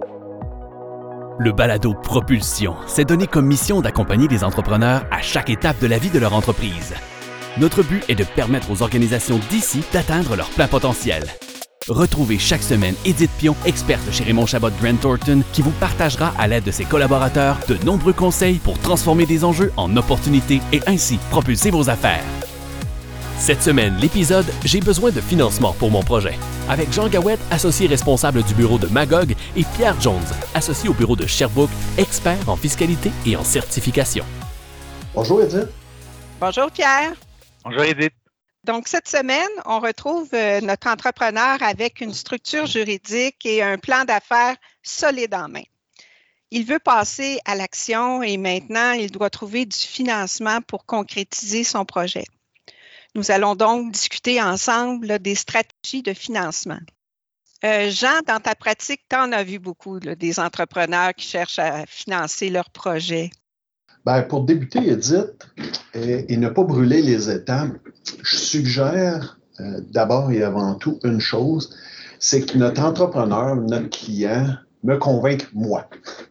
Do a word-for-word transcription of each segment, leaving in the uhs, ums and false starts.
Le balado Propulsion s'est donné comme mission d'accompagner les entrepreneurs à chaque étape de la vie de leur entreprise. Notre but est de permettre aux organisations d'ici d'atteindre leur plein potentiel. Retrouvez chaque semaine Édith Pion, experte chez Raymond Chabot Grant Thornton, qui vous partagera à l'aide de ses collaborateurs de nombreux conseils pour transformer des enjeux en opportunités et ainsi propulser vos affaires. Cette semaine, l'épisode « J'ai besoin de financement pour mon projet » avec Jean Gawette, associé responsable du bureau de Magog, et Pierre Jones, associé au bureau de Sherbrooke, expert en fiscalité et en certification. Bonjour Édith. Bonjour Pierre. Bonjour Édith. Donc cette semaine, on retrouve euh, notre entrepreneur avec une structure juridique et un plan d'affaires solide en main. Il veut passer à l'action et maintenant, il doit trouver du financement pour concrétiser son projet. Nous allons donc discuter ensemble là, des stratégies de financement. Euh, Jean, dans ta pratique, tu en as vu beaucoup là, des entrepreneurs qui cherchent à financer leur projet. Ben, pour débuter, Édith, et, et ne pas brûler les étapes, je suggère euh, d'abord et avant tout une chose, c'est que notre entrepreneur, notre client, me convainque moi.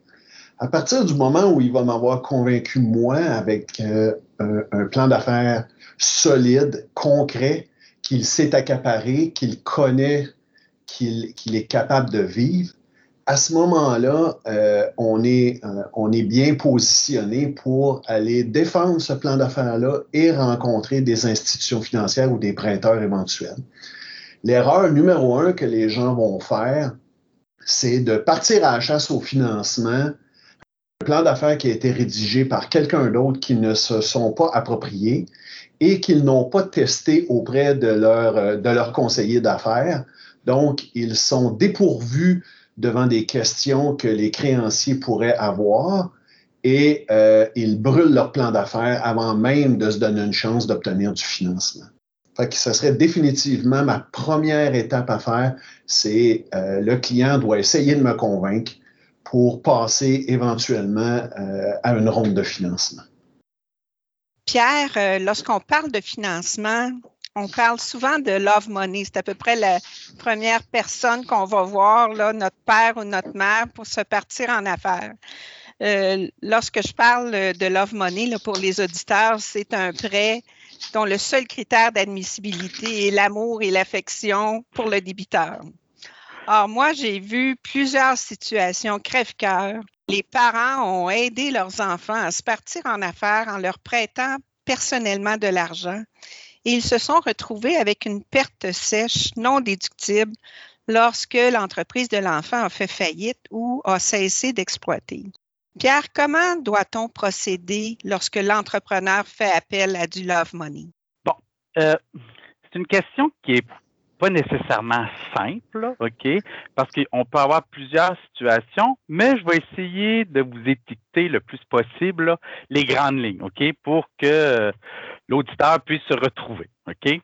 À partir du moment où il va m'avoir convaincu moi avec euh, un, un plan d'affaires solide, concret, qu'il sait accaparer, qu'il connaît, qu'il, qu'il est capable de vivre, à ce moment-là, euh, on est, euh, on est bien positionné pour aller défendre ce plan d'affaires-là et rencontrer des institutions financières ou des prêteurs éventuels. L'erreur numéro un que les gens vont faire, c'est de partir à la chasse au financement, un plan d'affaires qui a été rédigé par quelqu'un d'autre qui ne se sont pas appropriés et qu'ils n'ont pas testé auprès de leur, de leur conseiller d'affaires. Donc, ils sont dépourvus devant des questions que les créanciers pourraient avoir et euh, ils brûlent leur plan d'affaires avant même de se donner une chance d'obtenir du financement. Fait que ce serait définitivement ma première étape à faire, c'est euh, le client doit essayer de me convaincre pour passer éventuellement euh, à une ronde de financement. Pierre, euh, lorsqu'on parle de financement, on parle souvent de love money. C'est à peu près la première personne qu'on va voir, là, notre père ou notre mère, pour se partir en affaires. Euh, lorsque je parle de love money, là, pour les auditeurs, c'est un prêt dont le seul critère d'admissibilité est l'amour et l'affection pour le débiteur. Or, moi, j'ai vu plusieurs situations crève-cœur. Les parents ont aidé leurs enfants à se partir en affaires en leur prêtant personnellement de l'argent et ils se sont retrouvés avec une perte sèche non déductible lorsque l'entreprise de l'enfant a fait faillite ou a cessé d'exploiter. Pierre, comment doit-on procéder lorsque l'entrepreneur fait appel à du love money? Bon, euh, c'est une question qui est pas nécessairement simple, là, OK? Parce qu'on peut avoir plusieurs situations, mais je vais essayer de vous étiqueter le plus possible là, les grandes lignes, OK? Pour que euh, l'auditeur puisse se retrouver, OK?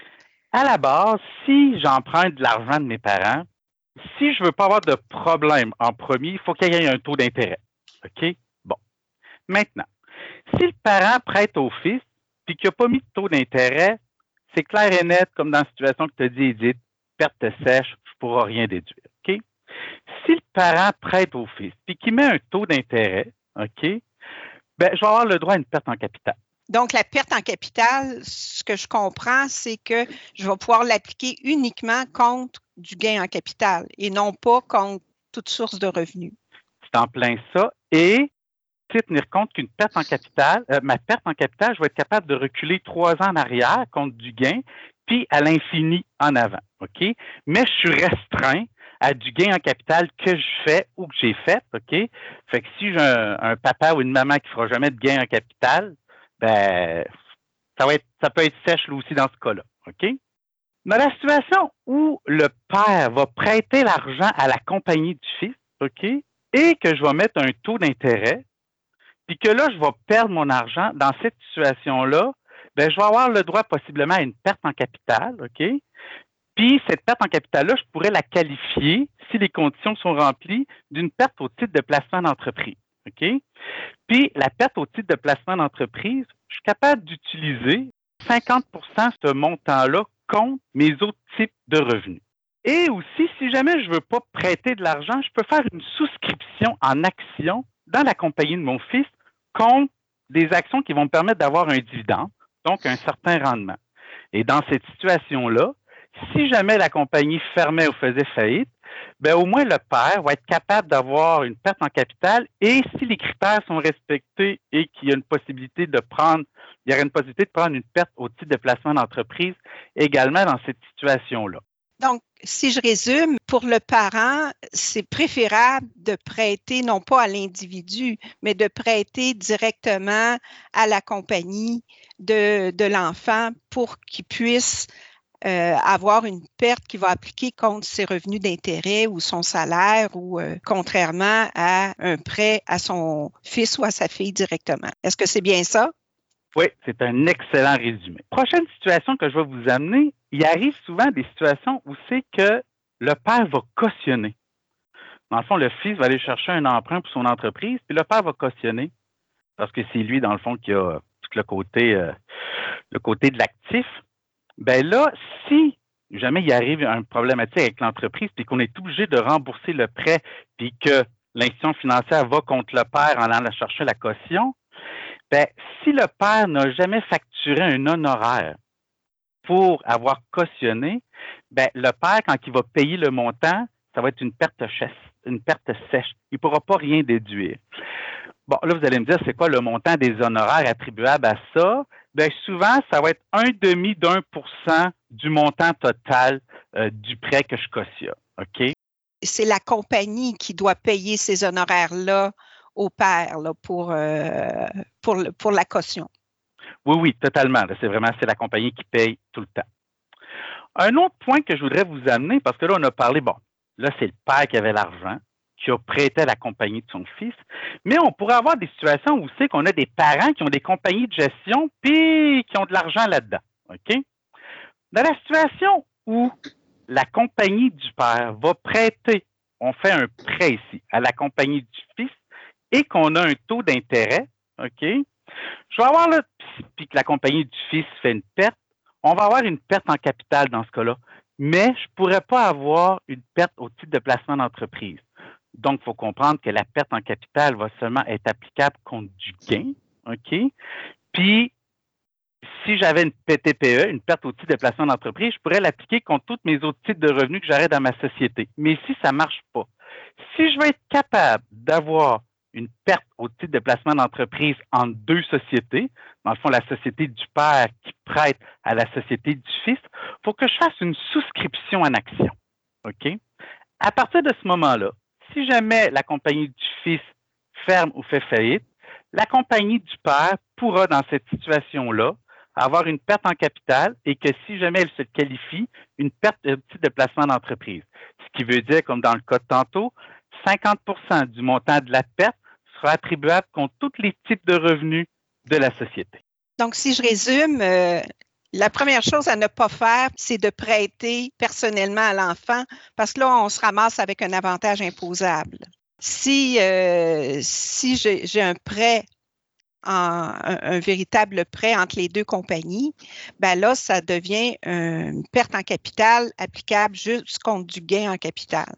À la base, si j'emprunte de l'argent de mes parents, si je veux pas avoir de problème en premier, il faut qu'il y ait un taux d'intérêt, OK? Bon. Maintenant, si le parent prête au fils puis qu'il n'a pas mis de taux d'intérêt, c'est clair et net, comme dans la situation que tu as dit, Edith, perte sèche, je ne pourrai rien déduire. OK? Si le parent prête au fils puis qu'il met un taux d'intérêt, OK, ben, je vais avoir le droit à une perte en capital. Donc, la perte en capital, ce que je comprends, c'est que je vais pouvoir l'appliquer uniquement contre du gain en capital et non pas contre toute source de revenus. C'est en plein ça. Et tenir compte qu'une perte en capital, euh, ma perte en capital, je vais être capable de reculer trois ans en arrière contre du gain, puis à l'infini en avant, OK? Mais je suis restreint à du gain en capital que je fais ou que j'ai fait, OK? Fait que si j'ai un, un papa ou une maman qui ne fera jamais de gain en capital, ben ça va être, ça peut être sèche là aussi dans ce cas-là, OK? Dans la situation où le père va prêter l'argent à la compagnie du fils, OK? Et que je vais mettre un taux d'intérêt, puis que là, je vais perdre mon argent dans cette situation-là, bien, je vais avoir le droit possiblement à une perte en capital, OK? Puis, cette perte en capital-là, je pourrais la qualifier, si les conditions sont remplies, d'une perte au titre de placement d'entreprise, OK? Puis, la perte au titre de placement d'entreprise, je suis capable d'utiliser cinquante pour cent de ce montant-là contre mes autres types de revenus. Et aussi, si jamais je ne veux pas prêter de l'argent, je peux faire une souscription en actions dans la compagnie de mon fils contre des actions qui vont me permettre d'avoir un dividende, donc un certain rendement. Et dans cette situation-là, si jamais la compagnie fermait ou faisait faillite, ben au moins le père va être capable d'avoir une perte en capital et si les critères sont respectés et qu'il y a une possibilité de prendre, il y aurait une possibilité de prendre une perte au titre de placement d'entreprise également dans cette situation-là. Donc, si je résume, pour le parent, c'est préférable de prêter non pas à l'individu, mais de prêter directement à la compagnie de, de l'enfant pour qu'il puisse euh, avoir une perte qui va appliquer contre ses revenus d'intérêt ou son salaire ou euh, contrairement à un prêt à son fils ou à sa fille directement. Est-ce que c'est bien ça? Oui, c'est un excellent résumé. Prochaine situation que je vais vous amener, il arrive souvent des situations où c'est que le père va cautionner. Dans le fond, le fils va aller chercher un emprunt pour son entreprise, puis le père va cautionner parce que c'est lui, dans le fond, qui a tout le côté, euh, le côté de l'actif. Bien là, si jamais il arrive une problématique avec l'entreprise, puis qu'on est obligé de rembourser le prêt, puis que l'institution financière va contre le père en allant chercher la caution, bien, si le père n'a jamais facturé un honoraire pour avoir cautionné, bien, le père, quand il va payer le montant, ça va être une perte sèche. Une perte sèche. Il ne pourra pas rien déduire. Bon, là, vous allez me dire, c'est quoi le montant des honoraires attribuables à ça? Bien, souvent, ça va être un demi d'un pour cent du montant total euh, du prêt que je cautionne. OK? C'est la compagnie qui doit payer ces honoraires-là au père là, pour, euh, pour, le, pour la caution. Oui, oui, totalement. Là, c'est vraiment, c'est la compagnie qui paye tout le temps. Un autre point que je voudrais vous amener, parce que là, on a parlé, bon, là, c'est le père qui avait l'argent, qui a prêté à la compagnie de son fils, mais on pourrait avoir des situations où c'est qu'on a des parents qui ont des compagnies de gestion puis qui ont de l'argent là-dedans. OK? Dans la situation où la compagnie du père va prêter, on fait un prêt ici, à la compagnie du fils, et qu'on a un taux d'intérêt, OK? Je vais avoir là, puis que la compagnie du fils fait une perte, on va avoir une perte en capital dans ce cas-là, mais je ne pourrais pas avoir une perte au titre de placement d'entreprise. Donc, il faut comprendre que la perte en capital va seulement être applicable contre du gain, OK? Puis, si j'avais une P T P E, une perte au titre de placement d'entreprise, je pourrais l'appliquer contre tous mes autres titres de revenus que j'aurais dans ma société. Mais ici, ça ne marche pas. Si je veux être capable d'avoir une perte au titre de placement d'entreprise entre deux sociétés, dans le fond, la société du père qui prête à la société du fils, il faut que je fasse une souscription en action. OK? À partir de ce moment-là, si jamais la compagnie du fils ferme ou fait faillite, la compagnie du père pourra, dans cette situation-là, avoir une perte en capital et que si jamais elle se qualifie, une perte au titre de placement d'entreprise. Ce qui veut dire, comme dans le cas de tantôt, cinquante pour cent du montant de la perte sera attribuable contre tous les types de revenus de la société. Donc, si je résume, euh, la première chose à ne pas faire, c'est de prêter personnellement à l'enfant parce que là, on se ramasse avec un avantage imposable. Si, euh, si j'ai, j'ai un prêt, en, un, un véritable prêt entre les deux compagnies, ben là, ça devient une perte en capital applicable juste contre du gain en capital.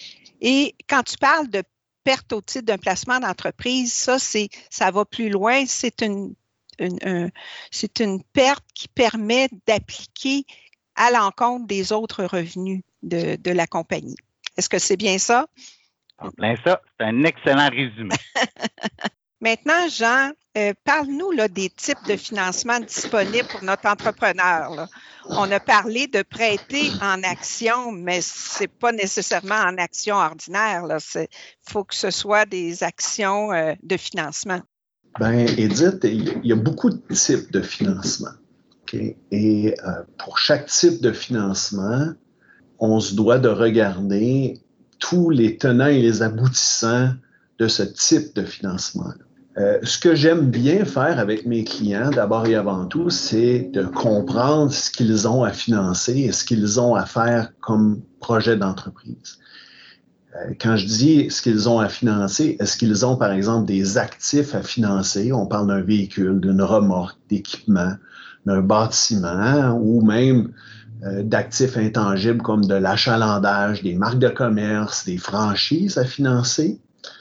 Et quand tu parles de perte au titre d'un placement d'entreprise, ça, c'est, ça va plus loin. C'est une, une, un, c'est une perte qui permet d'appliquer à l'encontre des autres revenus de, de la compagnie. Est-ce que c'est bien ça? En plein ça, c'est un excellent résumé. Maintenant, Jean, euh, parle-nous là, des types de financement disponibles pour notre entrepreneur. Là. On a parlé de prêter en action, mais ce n'est pas nécessairement en action ordinaire. Il faut que ce soit des actions euh, de financement. Bien, Édith, il y a beaucoup de types de financement. Okay? Et euh, pour chaque type de financement, on se doit de regarder tous les tenants et les aboutissants de ce type de financement-là. Euh, ce que j'aime bien faire avec mes clients, d'abord et avant tout, c'est de comprendre ce qu'ils ont à financer et ce qu'ils ont à faire comme projet d'entreprise. Euh, quand je dis ce qu'ils ont à financer, est-ce qu'ils ont, par exemple, des actifs à financer? On parle d'un véhicule, d'une remorque, d'équipement, d'un bâtiment ou même euh, d'actifs intangibles comme de l'achalandage, des marques de commerce, des franchises à financer.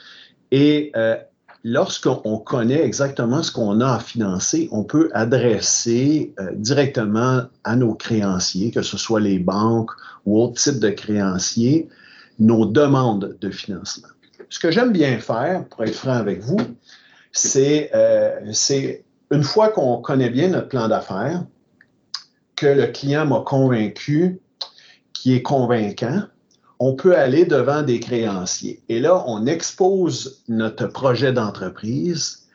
Et euh, lorsqu'on connaît exactement ce qu'on a à financer, on peut adresser euh, directement à nos créanciers, que ce soit les banques ou autres types de créanciers, nos demandes de financement. Ce que j'aime bien faire, pour être franc avec vous, c'est, euh, c'est une fois qu'on connaît bien notre plan d'affaires, que le client m'a convaincu, qui est convaincant, on peut aller devant des créanciers. Et là, on expose notre projet d'entreprise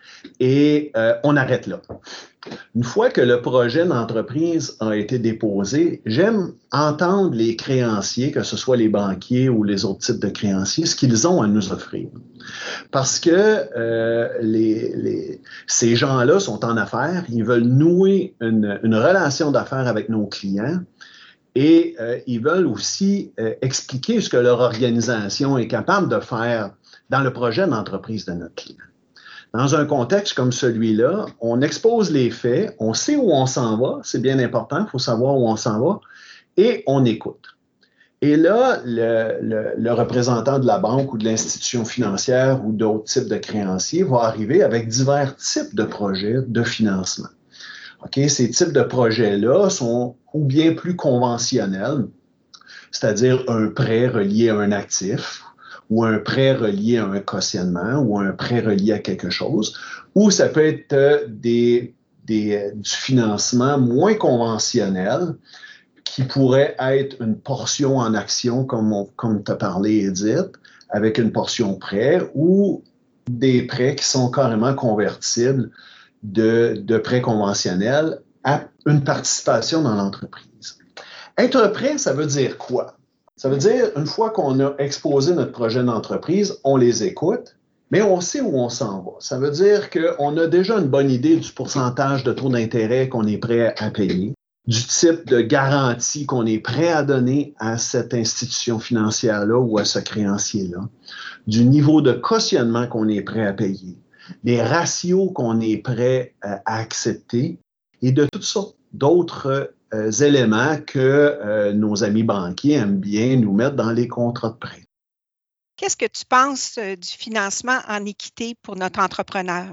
et euh, on arrête là. Une fois que le projet d'entreprise a été déposé, j'aime entendre les créanciers, que ce soit les banquiers ou les autres types de créanciers, ce qu'ils ont à nous offrir. Parce que euh, les, les, ces gens-là sont en affaires, ils veulent nouer une, une relation d'affaires avec nos clients et euh, ils veulent aussi euh, expliquer ce que leur organisation est capable de faire dans le projet d'entreprise de notre client. Dans un contexte comme celui-là, on expose les faits, on sait où on s'en va, c'est bien important, il faut savoir où on s'en va, et on écoute. Et là, le, le, le représentant de la banque ou de l'institution financière ou d'autres types de créanciers va arriver avec divers types de projets de financement. Okay? Ces types de projets-là sont ou bien plus conventionnels, c'est-à-dire un prêt relié à un actif, ou un prêt relié à un cautionnement, ou un prêt relié à quelque chose, ou ça peut être des, des, du financement moins conventionnel qui pourrait être une portion en action, comme, on, comme tu as parlé, Edith, avec une portion prêt, ou des prêts qui sont carrément convertibles de, de prêts conventionnels à une participation dans l'entreprise. Être prêt, ça veut dire quoi? Ça veut dire, une fois qu'on a exposé notre projet d'entreprise, on les écoute, mais on sait où on s'en va. Ça veut dire qu'on a déjà une bonne idée du pourcentage de taux d'intérêt qu'on est prêt à payer, du type de garantie qu'on est prêt à donner à cette institution financière-là ou à ce créancier-là, du niveau de cautionnement qu'on est prêt à payer, des ratios qu'on est prêt à accepter et de toutes sortes d'autres Euh, éléments que euh, nos amis banquiers aiment bien nous mettre dans les contrats de prêt. Qu'est-ce que tu penses euh, du financement en équité pour notre entrepreneur?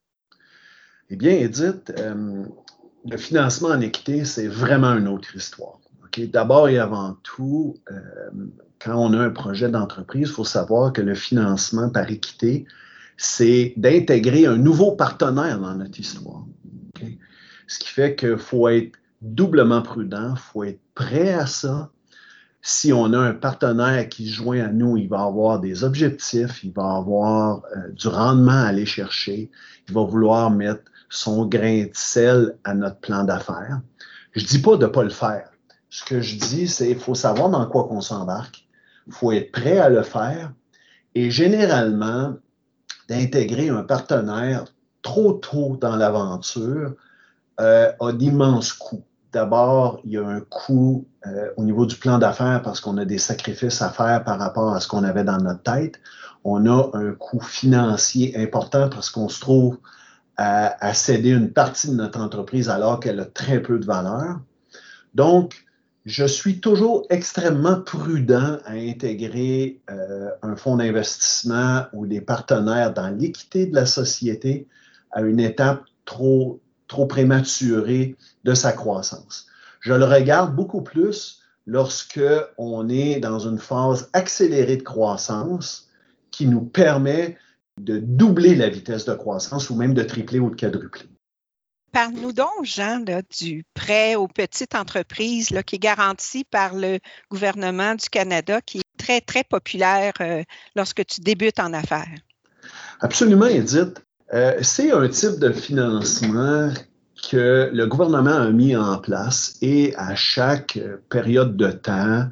Eh bien, Edith, euh, le financement en équité, c'est vraiment une autre histoire. Okay? D'abord et avant tout, euh, quand on a un projet d'entreprise, il faut savoir que le financement par équité, c'est d'intégrer un nouveau partenaire dans notre histoire. Okay? Ce qui fait qu'il faut être doublement prudent, il faut être prêt à ça. Si on a un partenaire qui se joint à nous, il va avoir des objectifs, il va avoir euh, du rendement à aller chercher, il va vouloir mettre son grain de sel à notre plan d'affaires. Je ne dis pas de ne pas le faire. Ce que je dis, c'est qu'il faut savoir dans quoi on s'embarque, il faut être prêt à le faire et généralement, d'intégrer un partenaire trop tôt dans l'aventure euh, a d'immenses coûts. D'abord, il y a un coût euh, au niveau du plan d'affaires parce qu'on a des sacrifices à faire par rapport à ce qu'on avait dans notre tête. On a un coût financier important parce qu'on se trouve à, à céder une partie de notre entreprise alors qu'elle a très peu de valeur. Donc, je suis toujours extrêmement prudent à intégrer euh, un fonds d'investissement ou des partenaires dans l'équité de la société à une étape trop trop prématuré de sa croissance. Je le regarde beaucoup plus lorsque on est dans une phase accélérée de croissance qui nous permet de doubler la vitesse de croissance ou même de tripler ou de quadrupler. Parle-nous donc, Jean, là, du prêt aux petites entreprises là, qui est garanti par le gouvernement du Canada, qui est très, très populaire euh, lorsque tu débutes en affaires. Absolument, Edith. Euh, c'est un type de financement que le gouvernement a mis en place et à chaque période de temps,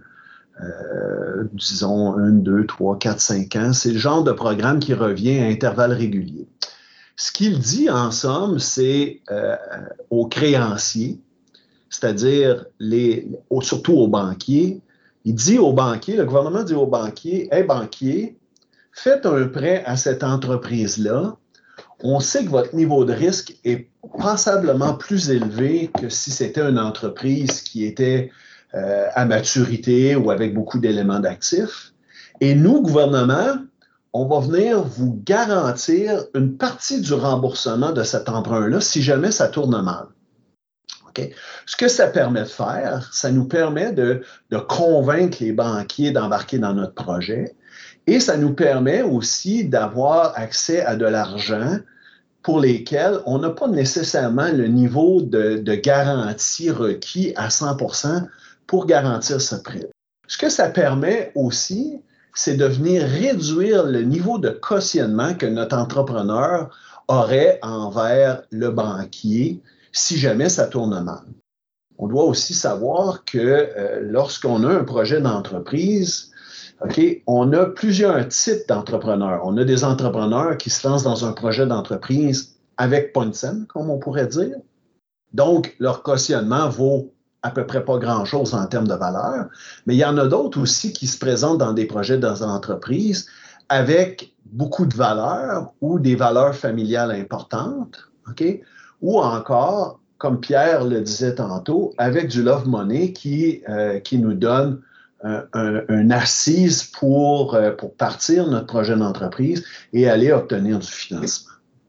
euh, disons un, deux, trois, quatre, cinq ans, c'est le genre de programme qui revient à intervalles réguliers. Ce qu'il dit en somme, c'est euh, aux créanciers, c'est-à-dire les, surtout aux banquiers, il dit aux banquiers, le gouvernement dit aux banquiers, « Hey banquiers, faites un prêt à cette entreprise-là. On sait que votre niveau de risque est passablement plus élevé que si c'était une entreprise qui était euh, à maturité ou avec beaucoup d'éléments d'actifs. Et nous, gouvernement, on va venir vous garantir une partie du remboursement de cet emprunt-là si jamais ça tourne mal. Okay? Ce que ça permet de faire, ça nous permet de, de convaincre les banquiers d'embarquer dans notre projet et ça nous permet aussi d'avoir accès à de l'argent pour lesquels on n'a pas nécessairement le niveau de, de garantie requis à cent pour cent pour garantir ce prêt. Ce que ça permet aussi, c'est de venir réduire le niveau de cautionnement que notre entrepreneur aurait envers le banquier si jamais ça tourne mal. On doit aussi savoir que euh, lorsqu'on a un projet d'entreprise, okay, on a plusieurs types d'entrepreneurs. On a des entrepreneurs qui se lancent dans un projet d'entreprise avec pas une scène, comme on pourrait dire. Donc, leur cautionnement vaut à peu près pas grand-chose en termes de valeur. Mais il y en a d'autres aussi qui se présentent dans des projets d'entreprise avec beaucoup de valeur ou des valeurs familiales importantes, okay? Ou encore, comme Pierre le disait tantôt, avec du love money qui, euh, qui nous donne un, un, une assise pour, euh, pour partir notre projet d'entreprise et aller obtenir du financement.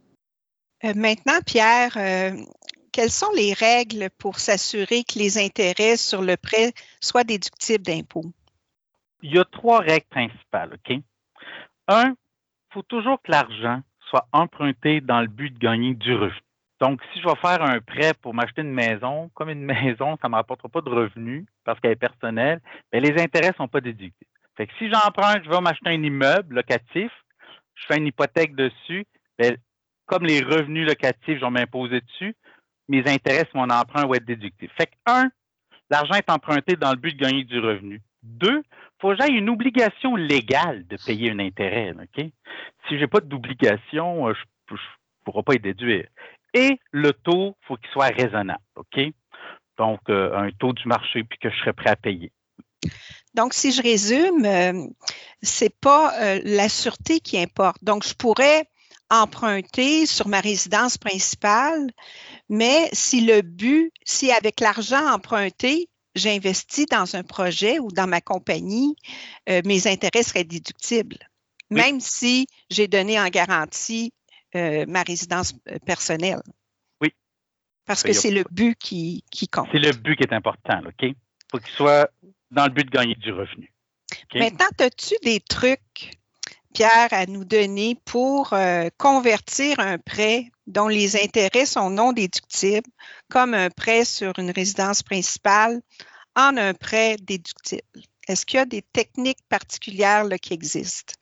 Euh, maintenant, Pierre, euh, quelles sont les règles pour s'assurer que les intérêts sur le prêt soient déductibles d'impôts? Il y a trois règles principales, OK? Un, il faut toujours que l'argent soit emprunté dans le but de gagner du revenu. Donc, si je vais faire un prêt pour m'acheter une maison, comme une maison, ça ne m'apportera pas de revenus parce qu'elle est personnelle, bien, les intérêts ne sont pas déductibles. Fait que si j'emprunte, je vais m'acheter un immeuble locatif, je fais une hypothèque dessus, bien, comme les revenus locatifs, je vais m'imposer dessus, mes intérêts sur mon emprunt vont être déductibles. Fait que, un, l'argent est emprunté dans le but de gagner du revenu. Deux, il faut que j'aille une obligation légale de payer un intérêt. OK? Si je n'ai pas d'obligation, je ne pourrai pas y déduire. Et le taux, il faut qu'il soit raisonnable. OK? Donc, euh, un taux du marché puis que je serais prêt à payer. Donc, si je résume, euh, ce n'est pas euh, la sûreté qui importe. Donc, je pourrais emprunter sur ma résidence principale, mais si le but, si avec l'argent emprunté, j'investis dans un projet ou dans ma compagnie, euh, mes intérêts seraient déductibles, oui. Même si j'ai donné en garantie euh, ma résidence personnelle. Oui. Parce que c'est le but qui, qui compte. C'est le but qui est important, OK? Il faut qu'il soit dans le but de gagner du revenu. Okay? Maintenant, as-tu des trucs, Pierre, à nous donner pour euh, convertir un prêt dont les intérêts sont non déductibles, comme un prêt sur une résidence principale, en un prêt déductible? Est-ce qu'il y a des techniques particulières là, qui existent?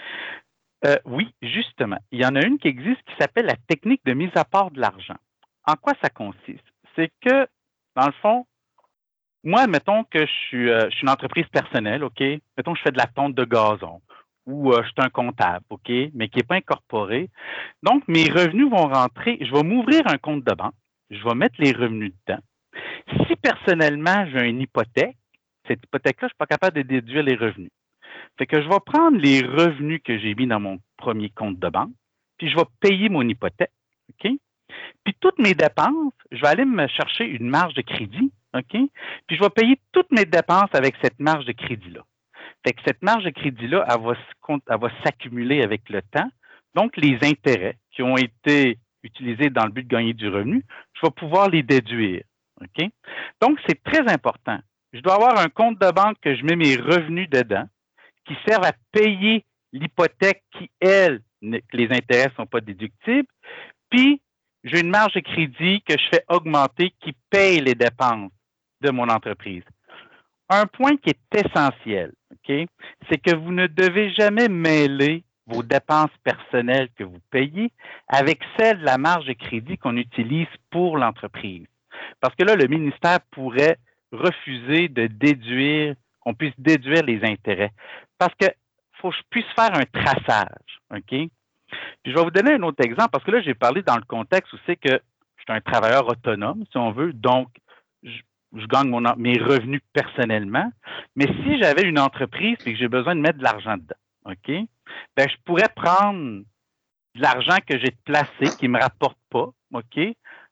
Euh, oui, justement. Il y en a une qui existe qui s'appelle la technique de mise à part de l'argent. En quoi ça consiste? C'est que, dans le fond, moi, mettons que je suis, euh, je suis une entreprise personnelle, OK? Mettons que je fais de la tonte de gazon. Ou euh, je suis un comptable, OK, mais qui n'est pas incorporé. Donc, mes revenus vont rentrer, je vais m'ouvrir un compte de banque, je vais mettre les revenus dedans. Si personnellement, j'ai une hypothèque, cette hypothèque-là, je ne suis pas capable de déduire les revenus. Fait que je vais prendre les revenus que j'ai mis dans mon premier compte de banque, puis je vais payer mon hypothèque, OK? Puis toutes mes dépenses, je vais aller me chercher une marge de crédit, OK? Puis je vais payer toutes mes dépenses avec cette marge de crédit-là. Fait que cette marge de crédit-là, elle va, elle va s'accumuler avec le temps. Donc, les intérêts qui ont été utilisés dans le but de gagner du revenu, je vais pouvoir les déduire. OK? Donc, c'est très important. Je dois avoir un compte de banque que je mets mes revenus dedans, qui servent à payer l'hypothèque qui, elle, les intérêts ne sont pas déductibles. Puis, j'ai une marge de crédit que je fais augmenter qui paye les dépenses de mon entreprise. Un point qui est essentiel, OK, c'est que vous ne devez jamais mêler vos dépenses personnelles que vous payez avec celles de la marge de crédit qu'on utilise pour l'entreprise. Parce que là, le ministère pourrait refuser de déduire, qu'on puisse déduire les intérêts. Parce que faut que je puisse faire un traçage, OK? Puis je vais vous donner un autre exemple, parce que là, j'ai parlé dans le contexte où c'est que je suis un travailleur autonome, si on veut, donc je, je gagne mon, mes revenus personnellement. Mais si j'avais une entreprise et que j'ai besoin de mettre de l'argent dedans, OK? Bien, je pourrais prendre de l'argent que j'ai placé, qui ne me rapporte pas, OK?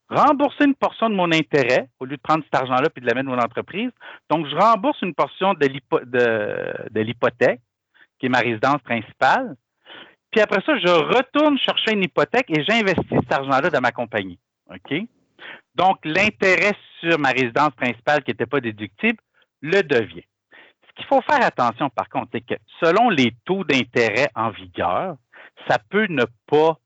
rembourser une portion de mon intérêt au lieu de prendre cet argent-là et de la mettre dans mon entreprise. Donc, je rembourse une portion de, l'hypo- de, de l'hypothèque, qui est ma résidence principale. Puis après ça, je retourne chercher une hypothèque et j'investis cet argent-là dans ma compagnie. OK? Donc, l'intérêt sur ma résidence principale qui n'était pas déductible le devient. Ce qu'il faut faire attention, par contre, c'est que selon les taux d'intérêt en vigueur, ça peut ne pas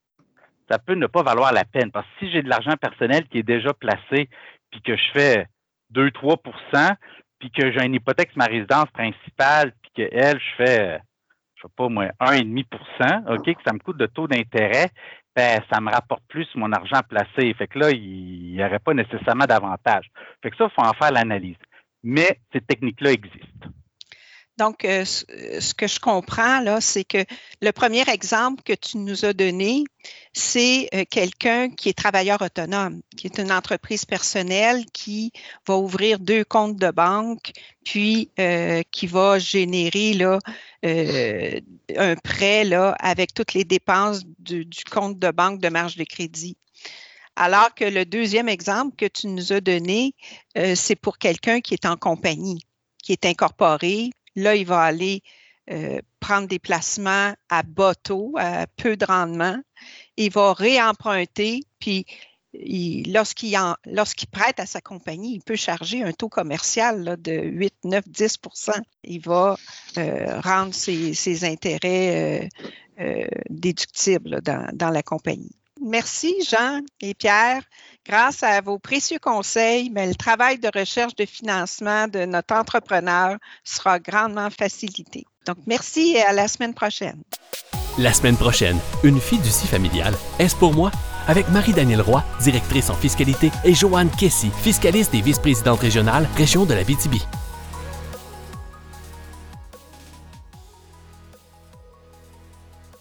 ça peut ne pas valoir la peine. Parce que si j'ai de l'argent personnel qui est déjà placé, puis que je fais deux à trois pour cent, puis que j'ai une hypothèque sur ma résidence principale, puis que elle, je fais, je sais pas moi, un virgule cinq pour cent, OK, que ça me coûte de taux d'intérêt, ben, ça me rapporte plus mon argent placé. Fait que là, il n'y aurait pas nécessairement d'avantage. Fait que ça, il faut en faire l'analyse. Mais ces techniques-là existent. Donc, euh, ce que je comprends, là, c'est que le premier exemple que tu nous as donné, c'est euh, quelqu'un qui est travailleur autonome, qui est une entreprise personnelle qui va ouvrir deux comptes de banque, puis euh, qui va générer là, euh, un prêt là, avec toutes les dépenses du, du compte de banque de marge de crédit. Alors que le deuxième exemple que tu nous as donné, euh, c'est pour quelqu'un qui est en compagnie, qui est incorporé. Là, il va aller euh, prendre des placements à bas taux, à peu de rendement. Il va réemprunter, puis il, lorsqu'il, en, lorsqu'il prête à sa compagnie, il peut charger un taux commercial là, de huit, neuf, dix pour cent. Il va euh, rendre ses, ses intérêts euh, euh, déductibles là, dans, dans la compagnie. Merci, Jean et Pierre. Grâce à vos précieux conseils, mais le travail de recherche de financement de notre entrepreneur sera grandement facilité. Donc, merci et à la semaine prochaine. La semaine prochaine, une fiducie familiale, est-ce pour moi? Avec Marie-Danielle Roy, directrice en fiscalité, et Joanne Kessy, fiscaliste et vice-présidente régionale, région de l'Abitibi.